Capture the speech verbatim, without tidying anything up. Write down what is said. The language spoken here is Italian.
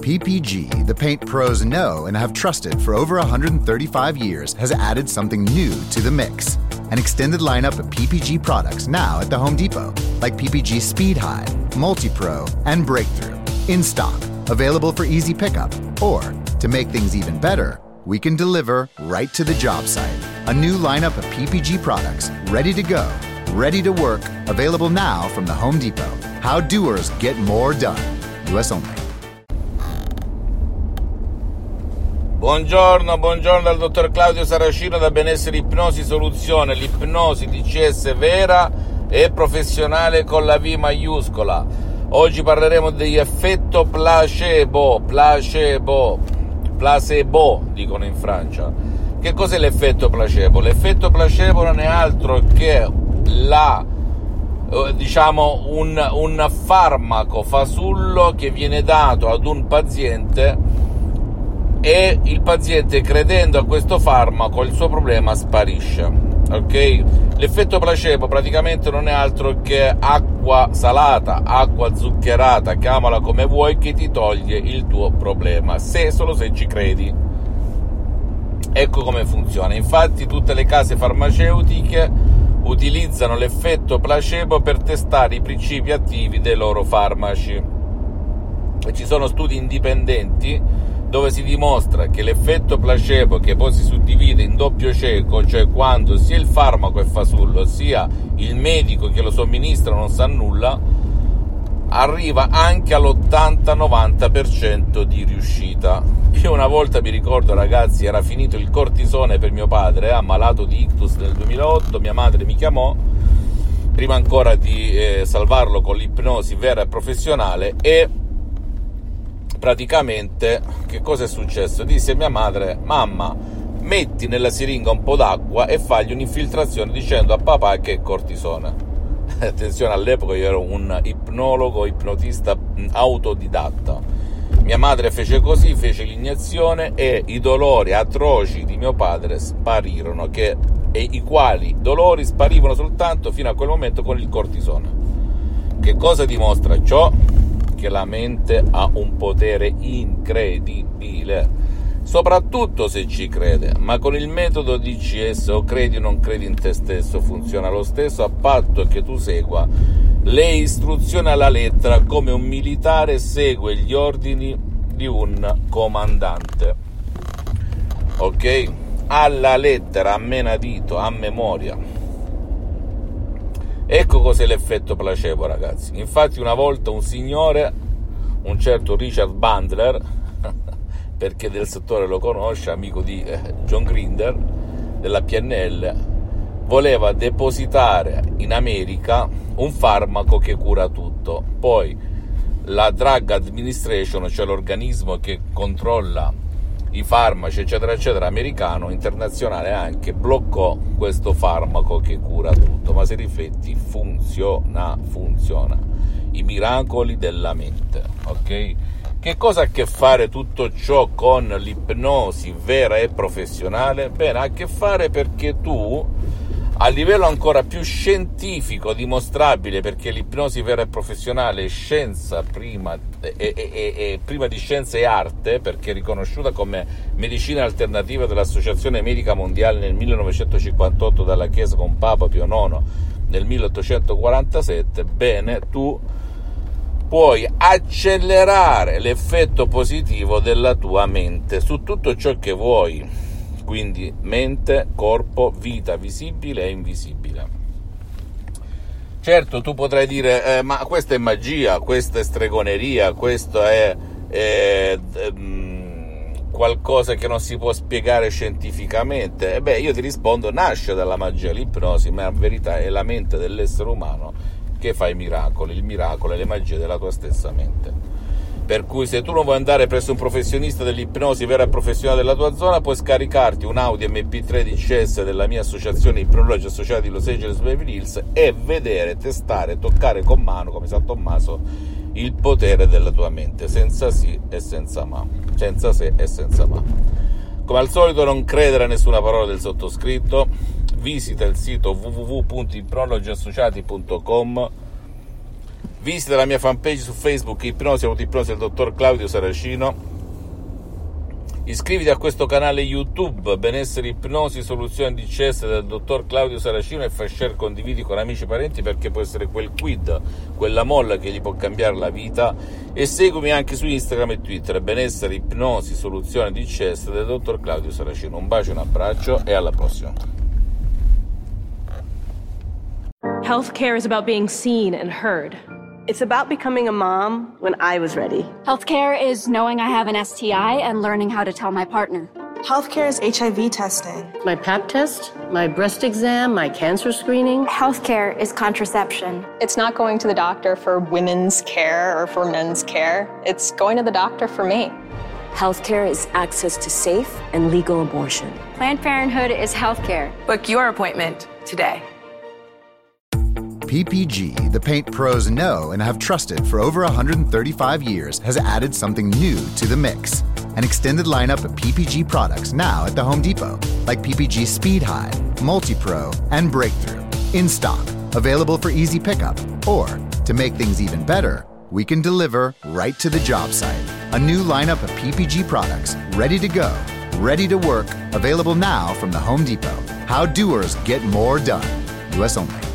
P P G, the paint pros know and have trusted for over one hundred thirty-five years, has added something new to the mix. An extended lineup of P P G products now at the Home Depot, like P P G Speed High, Multi-Pro, and Breakthrough. In stock, available for easy pickup, or, to make things even better, we can deliver right to the job site. A new lineup of P P G products, ready to go, ready to work, available now from the Home Depot. How doers get more done. U S only. Buongiorno, buongiorno dal dottor Claudio Saracino da Benessere Ipnosi Soluzione, l'ipnosi D C S vera e professionale con la V maiuscola. Oggi parleremo di effetto placebo, placebo, placebo dicono in Francia. Che cos'è l'effetto placebo? L'effetto placebo non è altro che la diciamo un, un farmaco fasullo che viene dato ad un paziente e il paziente, credendo a questo farmaco, il suo problema sparisce, ok? L'effetto placebo praticamente non è altro che acqua salata, acqua zuccherata, chiamala come vuoi, che ti toglie il tuo problema, se solo se ci credi. Ecco come funziona. Infatti tutte le case farmaceutiche utilizzano l'effetto placebo per testare i principi attivi dei loro farmaci. E ci sono studi indipendenti dove si dimostra che l'effetto placebo, che poi si suddivide in doppio cieco, cioè quando sia il farmaco è fasullo sia il medico che lo somministra non sa nulla, arriva anche all'ottanta novanta per cento di riuscita. Io una volta mi ricordo, ragazzi, era finito il cortisone per mio padre, ammalato di ictus nel duemilaotto, mia madre mi chiamò prima ancora di eh, salvarlo con l'ipnosi vera e professionale, e praticamente che cosa è successo? Disse mia madre: mamma, metti nella siringa un po' d'acqua e fagli un'infiltrazione dicendo a papà che è cortisone. Attenzione, all'epoca io ero un ipnologo, ipnotista autodidatta. Mia madre fece così, fece l'iniezione e i dolori atroci di mio padre sparirono, che, e i quali dolori sparivano soltanto fino a quel momento con il cortisone. Che cosa dimostra ciò? Che la mente ha un potere incredibile, soprattutto se ci crede, ma con il metodo D C S o credi o non credi in te stesso funziona lo stesso, a patto che tu segua le istruzioni alla lettera come un militare segue gli ordini di un comandante, ok? Alla lettera, a menadito, a memoria. Ecco cos'è l'effetto placebo, ragazzi. Infatti una volta un signore, un certo Richard Bandler, perché del settore lo conosce, amico di eh, John Grinder della P N L, voleva depositare in America un farmaco che cura tutto. Poi la Drug Administration, cioè l'organismo che controlla i farmaci eccetera eccetera, americano, internazionale anche, bloccò questo farmaco che cura tutto. Ma se rifletti, funziona, funziona. I miracoli della mente, ok? Che cosa ha a che fare tutto ciò con l'ipnosi vera e professionale? Bene, ha a che fare perché tu, a livello ancora più scientifico, dimostrabile, perché l'ipnosi vera e professionale è scienza prima, è, è, è, è prima di scienza e arte, perché è riconosciuta come medicina alternativa dall'Associazione Medica Mondiale nel millenovecentocinquantotto, dalla Chiesa con Papa Pio nono nel milleottocentoquarantasette. Bene, tu puoi accelerare l'effetto positivo della tua mente su tutto ciò che vuoi. Quindi mente, corpo, vita visibile e invisibile. Certo, tu potrai dire eh, ma questa è magia, questa è stregoneria, questo è eh, ehm, qualcosa che non si può spiegare scientificamente. E beh, io ti rispondo, nasce dalla magia l'ipnosi, ma in verità è la mente dell'essere umano che fa i miracoli, il miracolo è le magie della tua stessa mente. Per cui se tu non vuoi andare presso un professionista dell'ipnosi vera e professionale della tua zona, puoi scaricarti un Audio M P tre D C S della mia associazione Ipnologi Associati di Los Angeles Beverly Hills e vedere, testare, toccare con mano, come San Tommaso, il potere della tua mente, senza sì e senza ma, senza se e senza ma. Come al solito, non credere a nessuna parola del sottoscritto, visita il sito w w w punto ipnologi associati punto com, Visita la mia fanpage su Facebook, Ipnosi Autoipnosi del dottor Claudio Saracino. Iscriviti a questo canale YouTube, Benessere Ipnosi Soluzione D C S del dottor Claudio Saracino, e fai share, condividi con amici e parenti, perché può essere quel quid, quella molla che gli può cambiare la vita. E seguimi anche su Instagram e Twitter, Benessere Ipnosi Soluzione D C S del dottor Claudio Saracino. Un bacio, un abbraccio e alla prossima. Healthcare is about being seen and heard. It's about becoming a mom when I was ready. Healthcare is knowing I have an S T I and learning how to tell my partner. Healthcare is H I V testing. My pap test, my breast exam, my cancer screening. Healthcare is contraception. It's not going to the doctor for women's care or for men's care. It's going to the doctor for me. Healthcare is access to safe and legal abortion. Planned Parenthood is healthcare. Book your appointment today. P P G, the paint pros know and have trusted for over one hundred thirty-five years, has added something new to the mix. An extended lineup of P P G products now at the Home Depot, like P P G Speed High, Multi-Pro, and Breakthrough. In stock, available for easy pickup. Or, to make things even better, we can deliver right to the job site. A new lineup of P P G products, ready to go, ready to work, available now from the Home Depot. How doers get more done. U S only.